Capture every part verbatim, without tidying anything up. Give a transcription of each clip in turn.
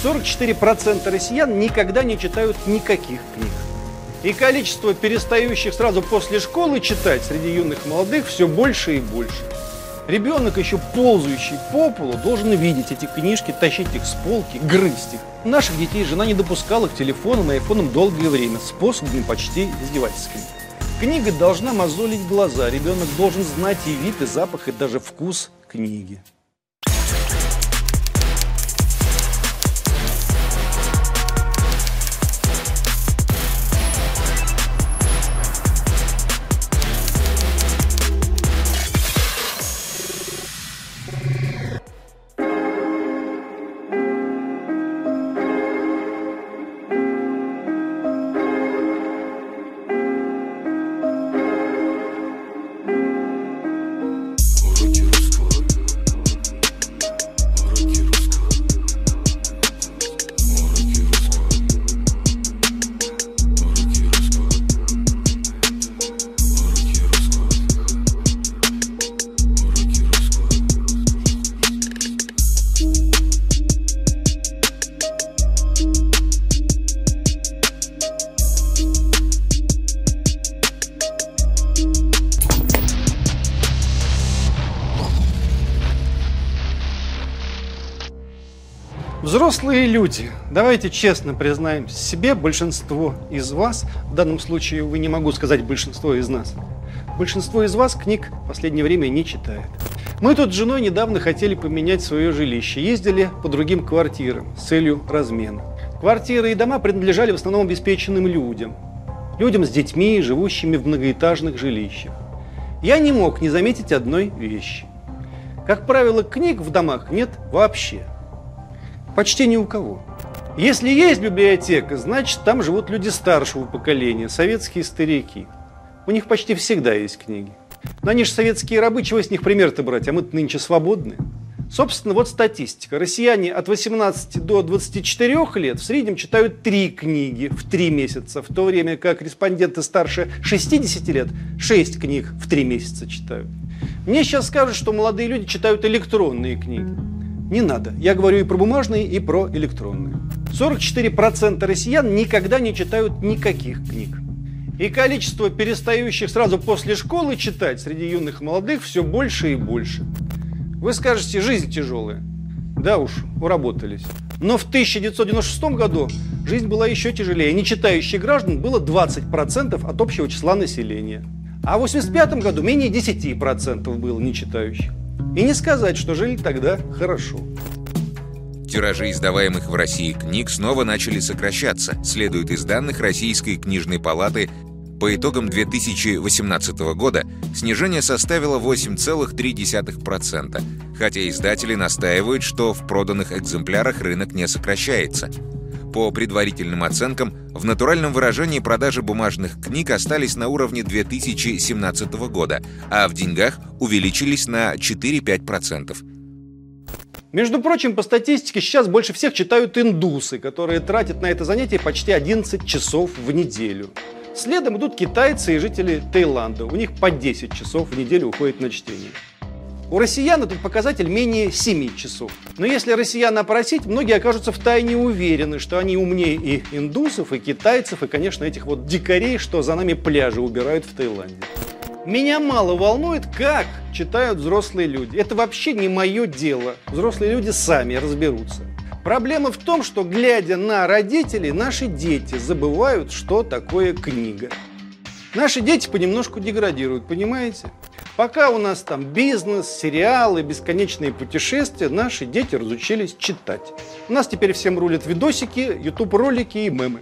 сорок четыре процента россиян никогда не читают никаких книг. И количество перестающих сразу после школы читать среди юных молодых все больше и больше. Ребенок, еще ползающий по полу, должен видеть эти книжки, тащить их с полки, грызть их. Наших детей жена не допускала к телефонам и айфонам долгое время, способами почти издевательскими. Книга должна мозолить глаза, ребенок должен знать и вид, и запах, и даже вкус книги. Взрослые люди, давайте честно признаемся себе, большинство из вас, в данном случае вы не могу сказать большинство из нас, большинство из вас книг в последнее время не читает. Мы тут с женой недавно хотели поменять свое жилище, ездили по другим квартирам с целью размена. Квартиры и дома принадлежали в основном обеспеченным людям, людям с детьми, живущими в многоэтажных жилищах. Я не мог не заметить одной вещи. Как правило, книг в домах нет вообще. Почти ни у кого. Если есть библиотека, значит, там живут люди старшего поколения, советские старики. У них почти всегда есть книги. Но они же советские рабы, чего с них пример-то брать, а мы-то нынче свободны. Собственно, вот статистика. Россияне от восемнадцати до двадцати четырёх лет в среднем читают три книги в три месяца, в то время как респонденты старше шестидесяти лет шесть книг в три месяца читают. Мне сейчас скажут, что молодые люди читают электронные книги. Не надо. Я говорю и про бумажные, и про электронные. сорок четыре процента россиян никогда не читают никаких книг. И количество перестающих сразу после школы читать среди юных и молодых все больше и больше. Вы скажете, жизнь тяжелая. Да уж, уработались. Но в тысяча девятьсот девяносто шестом году жизнь была еще тяжелее. Нечитающих граждан было двадцать процентов от общего числа населения. А в восемьдесят пятом году менее десяти процентов было нечитающих. И не сказать, что жили тогда хорошо. Тиражи издаваемых в России книг снова начали сокращаться, следует из данных Российской книжной палаты. По итогам две тысячи восемнадцатого года снижение составило восемь целых три десятых процента, хотя издатели настаивают, что в проданных экземплярах рынок не сокращается. По предварительным оценкам, в натуральном выражении продажи бумажных книг остались на уровне две тысячи семнадцатого года, а в деньгах увеличились на четыре-пять процентов. Между прочим, по статистике сейчас больше всех читают индусы, которые тратят на это занятие почти одиннадцать часов в неделю. Следом идут китайцы и жители Таиланда. У них по десять часов в неделю уходит на чтение. У россиян этот показатель менее семи часов. Но если россиян опросить, многие окажутся втайне уверены, что они умнее и индусов, и китайцев, и, конечно, этих вот дикарей, что за нами пляжи убирают в Таиланде. Меня мало волнует, как читают взрослые люди. Это вообще не мое дело. Взрослые люди сами разберутся. Проблема в том, что, глядя на родителей, наши дети забывают, что такое книга. Наши дети понемножку деградируют, понимаете? Пока у нас там бизнес, сериалы, бесконечные путешествия, наши дети разучились читать. У нас теперь всем рулят видосики, ютуб-ролики и мемы.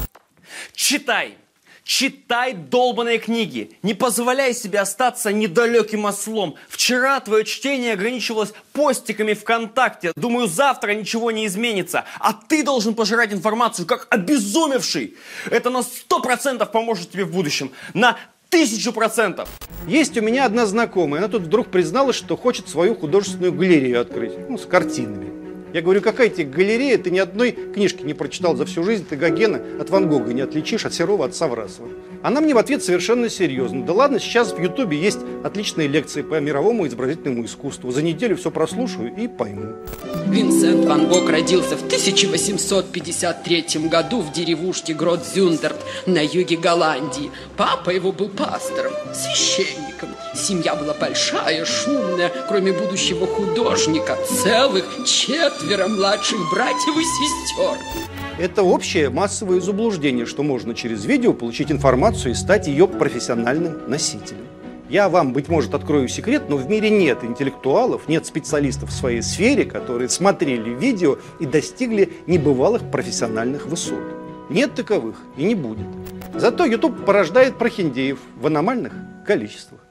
Читай! Читай долбаные книги. Не позволяй себе остаться недалеким ослом. Вчера твое чтение ограничивалось постиками ВКонтакте. Думаю, завтра ничего не изменится. А ты должен пожирать информацию как обезумевший. Это на сто процентов поможет тебе в будущем. На тысячу процентов. Есть у меня одна знакомая. Она тут вдруг призналась, что хочет свою художественную галерею открыть. Ну, с картинами. Я говорю, какая тебе галерея, ты ни одной книжки не прочитал за всю жизнь, ты Гогена от Ван Гога не отличишь, от Серова от Саврасова. Она мне в ответ совершенно серьезно. Да ладно, сейчас в Ютубе есть отличные лекции по мировому изобразительному искусству. За неделю все прослушаю и пойму. Винсент ван Гог родился в тысяча восемьсот пятьдесят третьем году в деревушке Грот-Зюндерт на юге Голландии. Папа его был пастором, священником. Семья была большая, шумная, кроме будущего художника. Целых четверо младших братьев и сестер. Это общее массовое заблуждение, что можно через видео получить информацию и стать ее профессиональным носителем. Я вам, быть может, открою секрет, но в мире нет интеллектуалов, нет специалистов в своей сфере, которые смотрели видео и достигли небывалых профессиональных высот. Нет таковых и не будет. Зато YouTube порождает прохиндеев в аномальных количествах.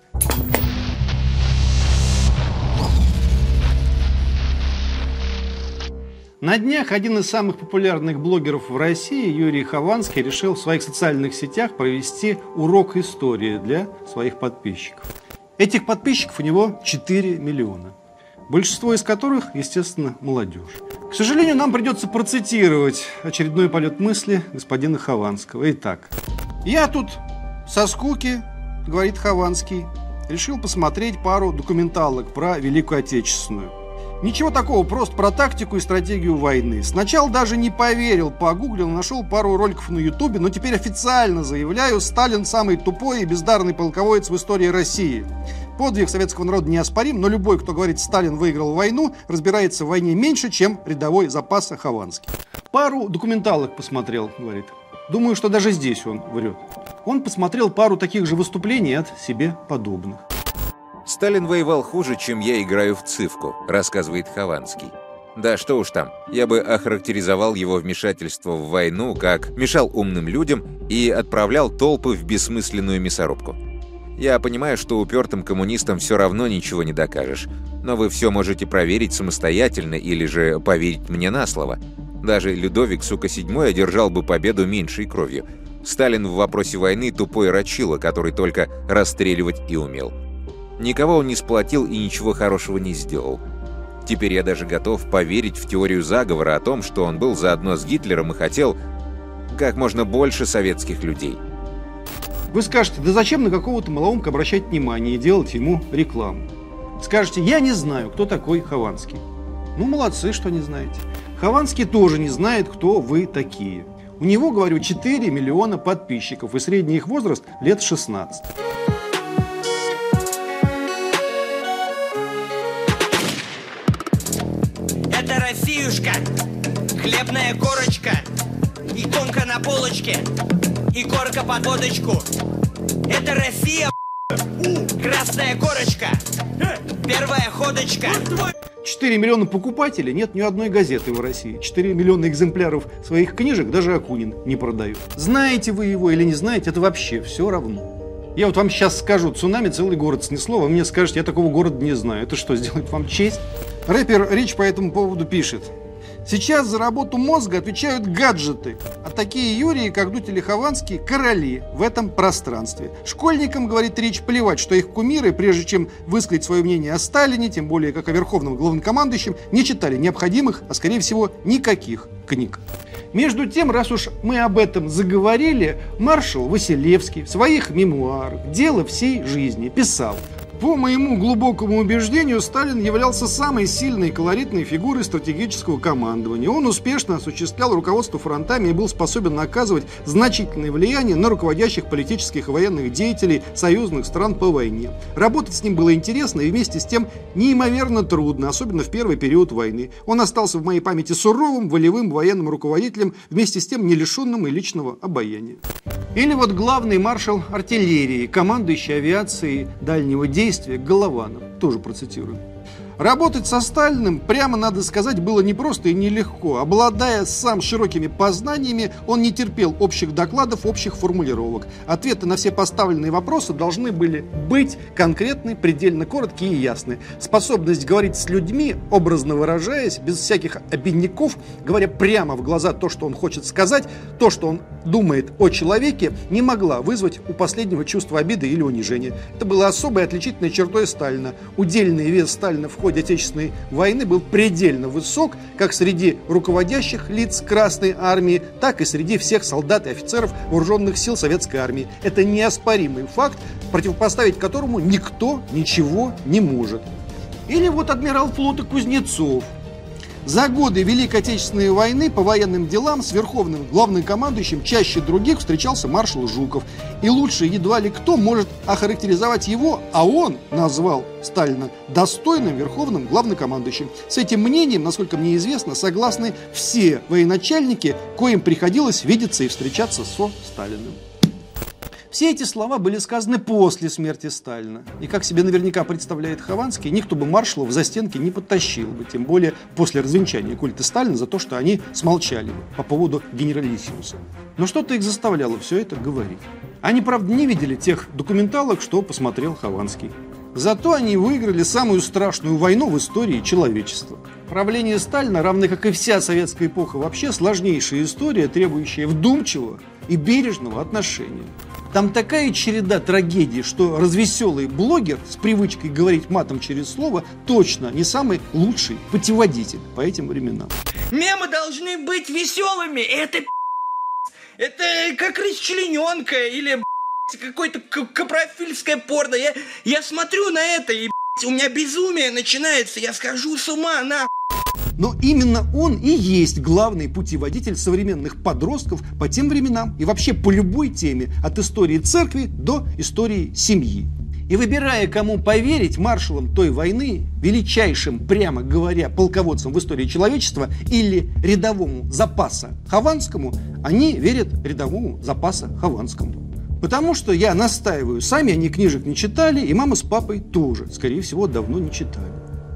На днях один из самых популярных блогеров в России, Юрий Хованский, решил в своих социальных сетях провести урок истории для своих подписчиков. Этих подписчиков у него четыре миллиона, большинство из которых, естественно, молодежь. К сожалению, нам придется процитировать очередной полет мысли господина Хованского. Итак, я тут со скуки, говорит Хованский, решил посмотреть пару документалок про Великую Отечественную. Ничего такого, просто про тактику и стратегию войны. Сначала даже не поверил, погуглил, нашел пару роликов на Ютубе, но теперь официально заявляю, Сталин самый тупой и бездарный полководец в истории России. Подвиг советского народа неоспорим, но любой, кто говорит, Сталин выиграл войну, разбирается в войне меньше, чем рядовой запаса Хованский. Пару документалок посмотрел, говорит. Думаю, что даже здесь он врет. Он посмотрел пару таких же выступлений от себе подобных. «Сталин воевал хуже, чем я играю в цивку», — рассказывает Хованский. Да что уж там, я бы охарактеризовал его вмешательство в войну как мешал умным людям и отправлял толпы в бессмысленную мясорубку. Я понимаю, что упертым коммунистам все равно ничего не докажешь, но вы все можете проверить самостоятельно или же поверить мне на слово. Даже Людовик, сука, седьмой одержал бы победу меньшей кровью. Сталин в вопросе войны тупой рачило, который только расстреливать и умел. Никого он не сплотил и ничего хорошего не сделал. Теперь я даже готов поверить в теорию заговора о том, что он был заодно с Гитлером и хотел как можно больше советских людей. Вы скажете, да зачем на какого-то малоумка обращать внимание и делать ему рекламу? Скажете, я не знаю, кто такой Хованский. Ну, молодцы, что не знаете. Хованский тоже не знает, кто вы такие. У него, говорю, четыре миллиона подписчиков, и средний их возраст лет шестнадцать. Это Россиюшка, хлебная корочка, иконка на полочке, и корка под водочку. Это Россия, у, красная корочка, первая ходочка. четыре миллиона покупателей, нет ни одной газеты в России. четыре миллиона экземпляров своих книжек даже Акунин не продает. Знаете вы его или не знаете, это вообще все равно. Я вот вам сейчас скажу, цунами целый город снесло, вы мне скажете, я такого города не знаю. Это что, сделает вам честь? Рэпер Рич по этому поводу пишет. Сейчас за работу мозга отвечают гаджеты, а такие Юрии, как Дудь или Хованский, короли в этом пространстве. Школьникам, говорит Рич, плевать, что их кумиры, прежде чем высказать свое мнение о Сталине, тем более как о верховном главнокомандующем, не читали необходимых, а скорее всего никаких книг. Между тем, раз уж мы об этом заговорили, маршал Василевский в своих мемуарах «Дело всей жизни» писал: по моему глубокому убеждению, Сталин являлся самой сильной и колоритной фигурой стратегического командования. Он успешно осуществлял руководство фронтами и был способен оказывать значительное влияние на руководящих политических и военных деятелей союзных стран по войне. Работать с ним было интересно и вместе с тем неимоверно трудно, особенно в первый период войны. Он остался в моей памяти суровым, волевым военным руководителем, вместе с тем не лишенным и личного обаяния. Или вот главный маршал артиллерии, командующий авиацией дальнего действия Голованов, тоже процитирую. Работать со Сталиным, прямо надо сказать, было непросто и нелегко. Обладая сам широкими познаниями, он не терпел общих докладов, общих формулировок. Ответы на все поставленные вопросы должны были быть конкретны, предельно короткие и ясны. Способность говорить с людьми, образно выражаясь, без всяких обиняков, говоря прямо в глаза то, что он хочет сказать, то, что он думает о человеке, не могла вызвать у последнего чувство обиды или унижения. Это было особой отличительной чертой Сталина. Удельный вес Сталина в ходе ходе Отечественной войны был предельно высок как среди руководящих лиц Красной армии, так и среди всех солдат и офицеров вооруженных сил Советской армии. Это неоспоримый факт, противопоставить которому никто ничего не может. Или вот адмирал флота Кузнецов. За годы Великой Отечественной войны по военным делам с верховным главнокомандующим чаще других встречался маршал Жуков. И лучше едва ли кто может охарактеризовать его, а он назвал Сталина достойным верховным главнокомандующим. С этим мнением, насколько мне известно, согласны все военачальники, коим приходилось видеться и встречаться со Сталиным. Все эти слова были сказаны после смерти Сталина. И, как себе наверняка представляет Хованский, никто бы маршалов за стенки не подтащил бы, тем более после развенчания культа Сталина, за то, что они смолчали бы по поводу генералиссимуса. Но что-то их заставляло все это говорить. Они, правда, не видели тех документалок, что посмотрел Хованский. Зато они выиграли самую страшную войну в истории человечества. Правление Сталина, равно как и вся советская эпоха вообще, сложнейшая история, требующая вдумчивого и бережного отношения. Там такая череда трагедий, что развеселый блогер с привычкой говорить матом через слово точно не самый лучший путеводитель по этим временам. Мемы должны быть веселыми. Это это как расчлененка или какое-то капрофильское порно. Я, я смотрю на это и у меня безумие начинается. Я схожу с ума, на. Но именно он и есть главный путеводитель современных подростков по тем временам и вообще по любой теме, от истории церкви до истории семьи. И выбирая, кому поверить, маршалам той войны, величайшим, прямо говоря, полководцам в истории человечества или рядовому Запаса Хованскому, они верят рядовому Запаса Хованскому. Потому что, я настаиваю, сами они книжек не читали, и мама с папой тоже, скорее всего, давно не читали.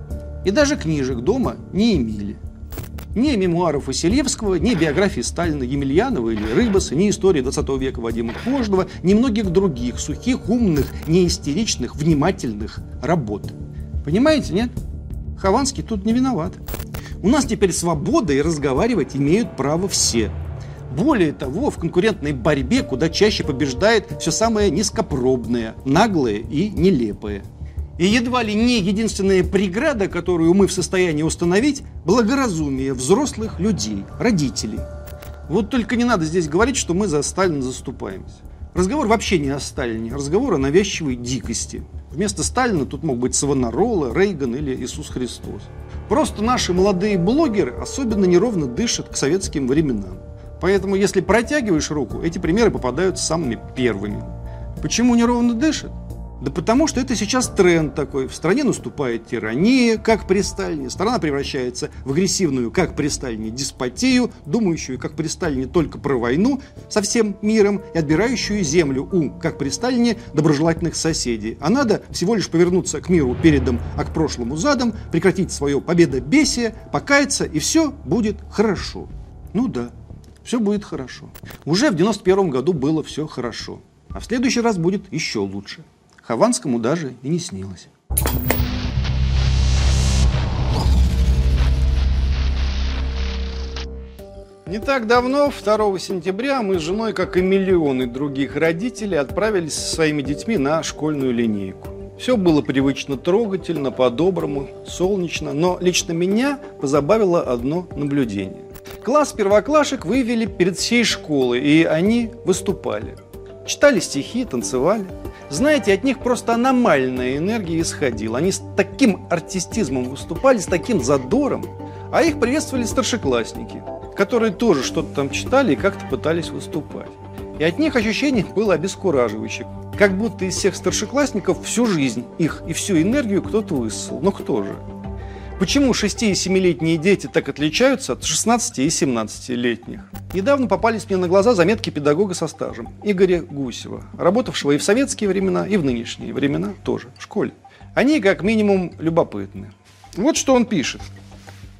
И даже книжек дома не имели. Ни мемуаров Василевского, ни биографии Сталина, Емельянова или Рыбаса, ни истории двадцатого века Вадима Кожного, ни многих других сухих, умных, неистеричных, внимательных работ. Понимаете, нет? Хованский тут не виноват. У нас теперь свобода, и разговаривать имеют право все. Более того, в конкурентной борьбе куда чаще побеждает все самое низкопробное, наглое и нелепое. И едва ли не единственная преграда, которую мы в состоянии установить, благоразумие взрослых людей, родителей. Вот только не надо здесь говорить, что мы за Сталина заступаемся. Разговор вообще не о Сталине, разговор о навязчивой дикости. Вместо Сталина тут мог быть Савонарола, Рейган или Иисус Христос. Просто наши молодые блогеры особенно неровно дышат к советским временам. Поэтому, если протягиваешь руку, эти примеры попадают самыми первыми. Почему неровно дышат? Да потому что это сейчас тренд такой. В стране наступает тирания, как при Сталине. Страна превращается в агрессивную, как при Сталине, деспотию, думающую, как при Сталине, только про войну со всем миром и отбирающую землю у, как при Сталине, доброжелательных соседей. А надо всего лишь повернуться к миру передом, а к прошлому задом, прекратить свое победобесие, покаяться, и все будет хорошо. Ну да, все будет хорошо. Уже в девяносто первом году было все хорошо. А в следующий раз будет еще лучше. Хованскому даже и не снилось. Не так давно, второго сентября, мы с женой, как и миллионы других родителей, отправились со своими детьми на школьную линейку. Все было привычно трогательно, по-доброму, солнечно, но лично меня позабавило одно наблюдение. Класс первоклашек вывели перед всей школой, и они выступали. Читали стихи, танцевали. Знаете, от них просто аномальная энергия исходила. Они с таким артистизмом выступали, с таким задором. А их приветствовали старшеклассники, которые тоже что-то там читали и как-то пытались выступать. И от них ощущение было обескураживающее. Как будто из всех старшеклассников всю жизнь их и всю энергию кто-то высосал. Но кто же? Почему шести- и семилетние дети так отличаются от шестнадцати- и семнадцатилетних? Недавно попались мне на глаза заметки педагога со стажем Игоря Гусева, работавшего и в советские времена, и в нынешние времена тоже в школе. Они как минимум любопытны. Вот что он пишет.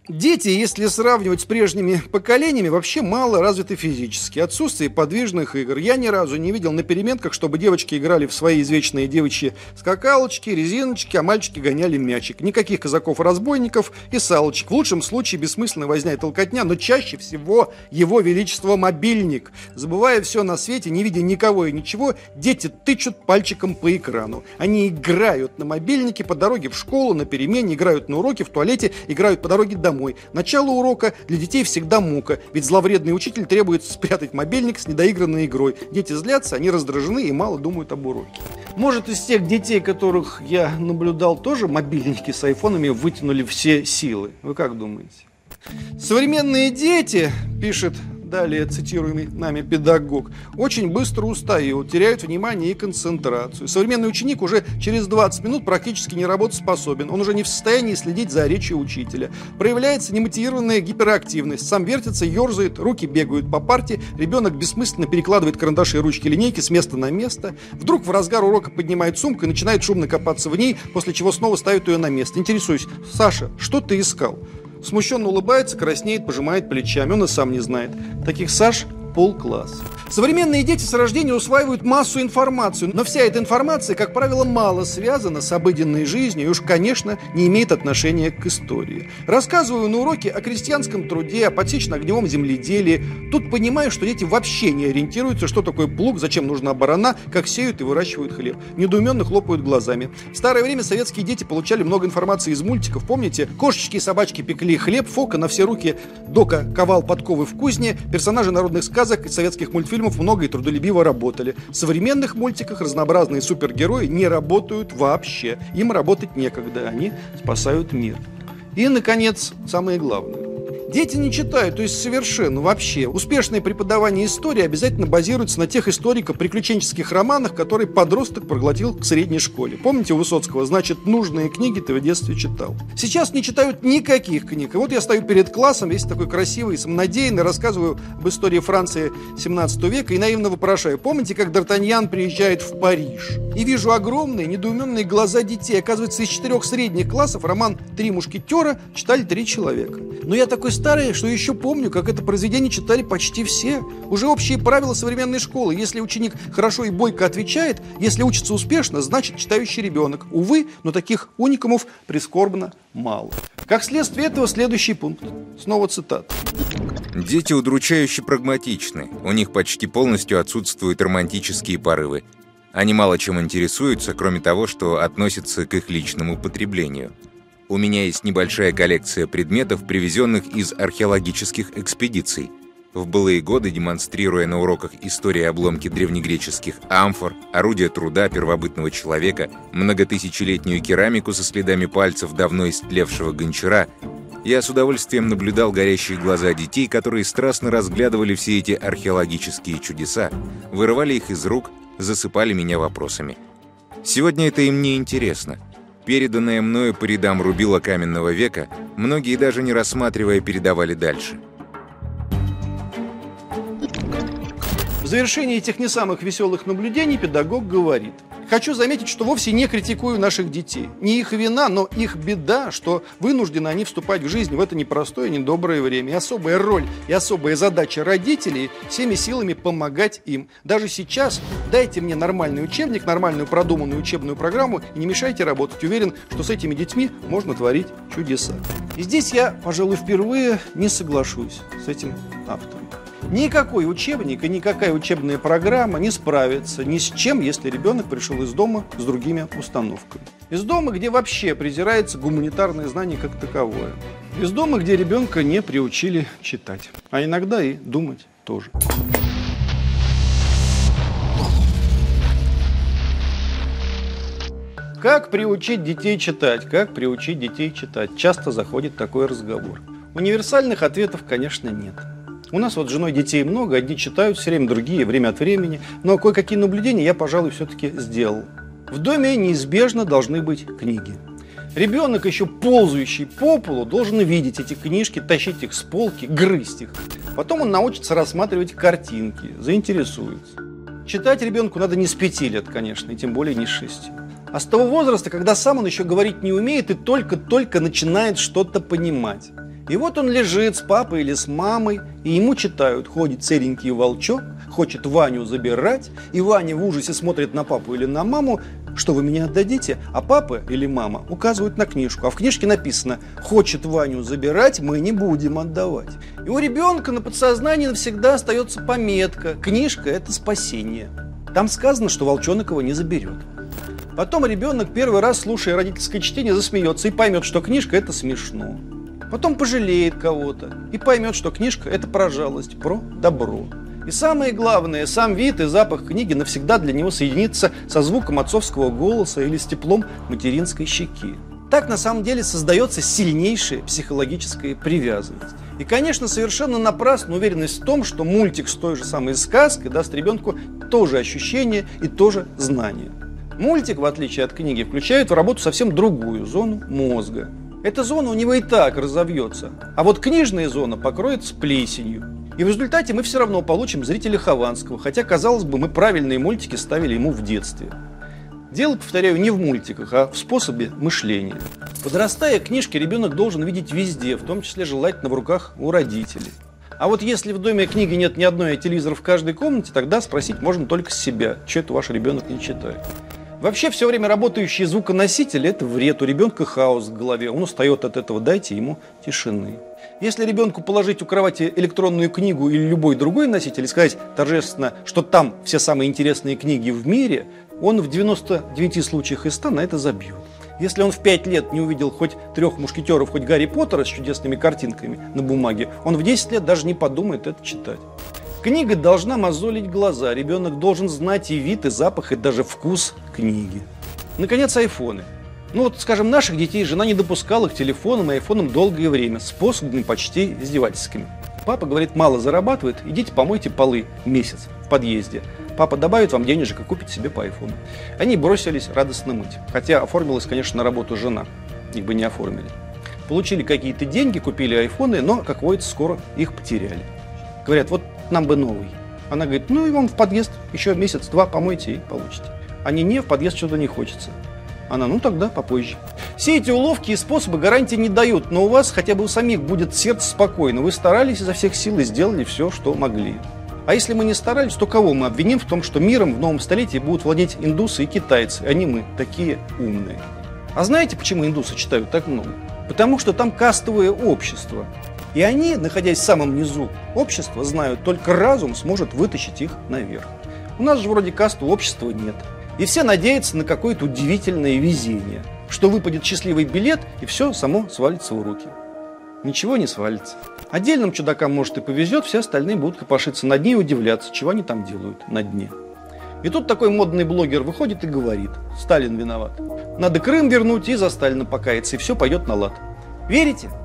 Дети, если сравнивать с прежними поколениями, вообще мало развиты физически. Отсутствие подвижных игр. Я ни разу не видел на переменках, чтобы девочки играли в свои извечные девичьи скакалочки, резиночки, а мальчики гоняли мячик. Никаких казаков-разбойников и салочек. В лучшем случае бессмысленная возня и толкотня, но чаще всего его величество мобильник. Забывая все на свете, не видя никого и ничего, дети тычут пальчиком по экрану. Они играют на мобильнике по дороге в школу, на перемене, играют на уроке, в туалете, играют по дороге домой. Начало урока для детей всегда мука, ведь зловредный учитель требует спрятать мобильник с недоигранной игрой. Дети злятся, они раздражены и мало думают об уроке. Может, из тех детей, которых я наблюдал, тоже мобильники с айфонами вытянули все силы? Вы как думаете? Современные дети, пишет далее цитируемый нами педагог, очень быстро устают, теряют внимание и концентрацию. Современный ученик уже через двадцать минут практически не работоспособен. Он уже не в состоянии следить за речью учителя. Проявляется немотивированная гиперактивность. Сам вертится, ерзает, руки бегают по парте. Ребенок бессмысленно перекладывает карандаши и ручки линейки с места на место. Вдруг в разгар урока поднимает сумку и начинает шумно копаться в ней, после чего снова ставит ее на место. Интересуюсь: Саша, что ты искал? Смущенно улыбается, краснеет, пожимает плечами. Он и сам не знает. Таких Саш полкласса. Современные дети с рождения усваивают массу информации, но вся эта информация, как правило, мало связана с обыденной жизнью и уж, конечно, не имеет отношения к истории. Рассказываю на уроке о крестьянском труде, о подсечно-огневом земледелии. Тут понимаю, что дети вообще не ориентируются, что такое плуг, зачем нужна барана, как сеют и выращивают хлеб. Недоуменно хлопают глазами. В старое время советские дети получали много информации из мультиков. Помните, кошечки и собачки пекли хлеб, Фока на все руки, Дока ковал подковы в кузне, персонажи народных сказок и советских мультфильмов много и трудолюбиво работали. В современных мультиках разнообразные супергерои не работают вообще. Им работать некогда, они спасают мир. И, наконец, самое главное. Дети не читают, то есть совершенно вообще. Успешное преподавание истории обязательно базируется на тех историко-приключенческих романах, которые подросток проглотил к средней школе. Помните у Высоцкого? Значит, нужные книги ты в детстве читал. Сейчас не читают никаких книг. И вот я стою перед классом, весь такой красивый, самонадеянный, рассказываю об истории Франции семнадцатого века и наивно вопрошаю: помните, как Д'Артаньян приезжает в Париж? И вижу огромные, недоуменные глаза детей. Оказывается, из четырех средних классов роман «Три мушкетера» читали три человека. Но я такой старый, что еще помню, как это произведение читали почти все. Уже общие правила современной школы. Если ученик хорошо и бойко отвечает, если учится успешно, значит читающий ребенок. Увы, но таких уникумов прискорбно мало. Как следствие этого следующий пункт. Снова цитата. Дети удручающе прагматичны. У них почти полностью отсутствуют романтические порывы. Они мало чем интересуются, кроме того, что относятся к их личному потреблению. У меня есть небольшая коллекция предметов, привезенных из археологических экспедиций. В былые годы, демонстрируя на уроках истории обломки древнегреческих амфор, орудия труда первобытного человека, многотысячелетнюю керамику со следами пальцев давно истлевшего гончара, я с удовольствием наблюдал горящие глаза детей, которые страстно разглядывали все эти археологические чудеса, вырывали их из рук, засыпали меня вопросами. Сегодня это им не интересно. Переданное мною по рядам рубило каменного века, многие даже не рассматривая передавали дальше. В завершении этих не самых веселых наблюдений педагог говорит: хочу заметить, что вовсе не критикую наших детей. Не их вина, но их беда, что вынуждены они вступать в жизнь в это непростое, недоброе время. И особая роль и особая задача родителей – всеми силами помогать им. Даже сейчас дайте мне нормальный учебник, нормальную продуманную учебную программу и не мешайте работать. Уверен, что с этими детьми можно творить чудеса. И здесь я, пожалуй, впервые не соглашусь с этим автором. Никакой учебник и никакая учебная программа не справится ни с чем, если ребенок пришел из дома с другими установками. Из дома, где вообще презирается гуманитарное знание как таковое. Из дома, где ребенка не приучили читать, а иногда и думать тоже. Как приучить детей читать? Как приучить детей читать? Часто заходит такой разговор. Универсальных ответов, конечно, нет. У нас вот с женой детей много, одни читают все время, другие время от времени. Но кое-какие наблюдения я, пожалуй, все-таки сделал. В доме неизбежно должны быть книги. Ребенок, еще ползающий по полу, должен видеть эти книжки, тащить их с полки, грызть их. Потом он научится рассматривать картинки, заинтересуется. Читать ребенку надо не с пяти лет, конечно, и тем более не с шести. А с того возраста, когда сам он еще говорить не умеет и только-только начинает что-то понимать. И вот он лежит с папой или с мамой, и ему читают: ходит серенький волчок, хочет Ваню забирать, и Ваня в ужасе смотрит на папу или на маму: что вы меня отдадите? А папа или мама указывают на книжку, а в книжке написано: хочет Ваню забирать, мы не будем отдавать. И у ребенка на подсознании навсегда остается пометка: книжка – это спасение. Там сказано, что волчонок его не заберет. Потом ребенок, первый раз слушая родительское чтение, засмеется и поймет, что книжка – это смешно. Потом пожалеет кого-то и поймет, что книжка – это про жалость, про добро. И самое главное, сам вид и запах книги навсегда для него соединится со звуком отцовского голоса или с теплом материнской щеки. Так на самом деле создается сильнейшая психологическая привязанность. И, конечно, совершенно напрасна уверенность в том, что мультик с той же самой сказкой даст ребенку тоже ощущение и тоже знание. Мультик, в отличие от книги, включает в работу совсем другую зону мозга. Эта зона у него и так разовьется, а вот книжная зона покроется плесенью. И в результате мы все равно получим зрителя Хованского, хотя, казалось бы, мы правильные мультики ставили ему в детстве. Дело, повторяю, не в мультиках, а в способе мышления. Подрастая, книжки ребенок должен видеть везде, в том числе желательно в руках у родителей. А вот если в доме книги нет ни одной, а телевизор в каждой комнате, тогда спросить можно только с себя, что это ваш ребенок не читает. Вообще, все время работающий звуконоситель – это вред. У ребенка хаос в голове, он устает от этого, дайте ему тишины. Если ребенку положить у кровати электронную книгу или любой другой носитель и сказать торжественно, что там все самые интересные книги в мире, он в девяноста девяти случаях из ста на это забьет. Если он в пять лет не увидел хоть трех мушкетеров, хоть Гарри Поттера с чудесными картинками на бумаге, он в десять лет даже не подумает это читать. Книга должна мозолить глаза, ребенок должен знать и вид, и запах, и даже вкус книги. Наконец, айфоны. Ну вот, скажем, наших детей жена не допускала к телефонам и айфонам долгое время, способами почти издевательскими. Папа говорит: мало зарабатывает, идите помойте полы месяц в подъезде. Папа добавит вам денежек и купит себе по айфону. Они бросились радостно мыть. Хотя оформилась, конечно, на работу жена. Их бы не оформили. Получили какие-то деньги, купили айфоны, но, как водится, скоро их потеряли. Говорят: вот нам бы новый. Она говорит: ну и вам в подъезд еще месяц-два помойте и получите. Они: не, в подъезд что-то не хочется. Она: ну тогда попозже. Все эти уловки и способы гарантии не дают, но у вас хотя бы у самих будет сердце спокойно. Вы старались изо всех сил и сделали все, что могли. А если мы не старались, то кого мы обвиним в том, что миром в новом столетии будут владеть индусы и китайцы, а не мы, такие умные? А знаете, почему индусы читают так много? Потому что там кастовое общество. И они, находясь в самом низу общества, знают, только разум сможет вытащить их наверх. У нас же вроде кастового общества нет. И все надеются на какое-то удивительное везение, что выпадет счастливый билет, и все само свалится в руки. Ничего не свалится. Отдельным чудакам, может, и повезет, все остальные будут копошиться на дне и удивляться, чего они там делают на дне. И тут такой модный блогер выходит и говорит: Сталин виноват. Надо Крым вернуть и за Сталина покаяться, и все пойдет на лад. Верите?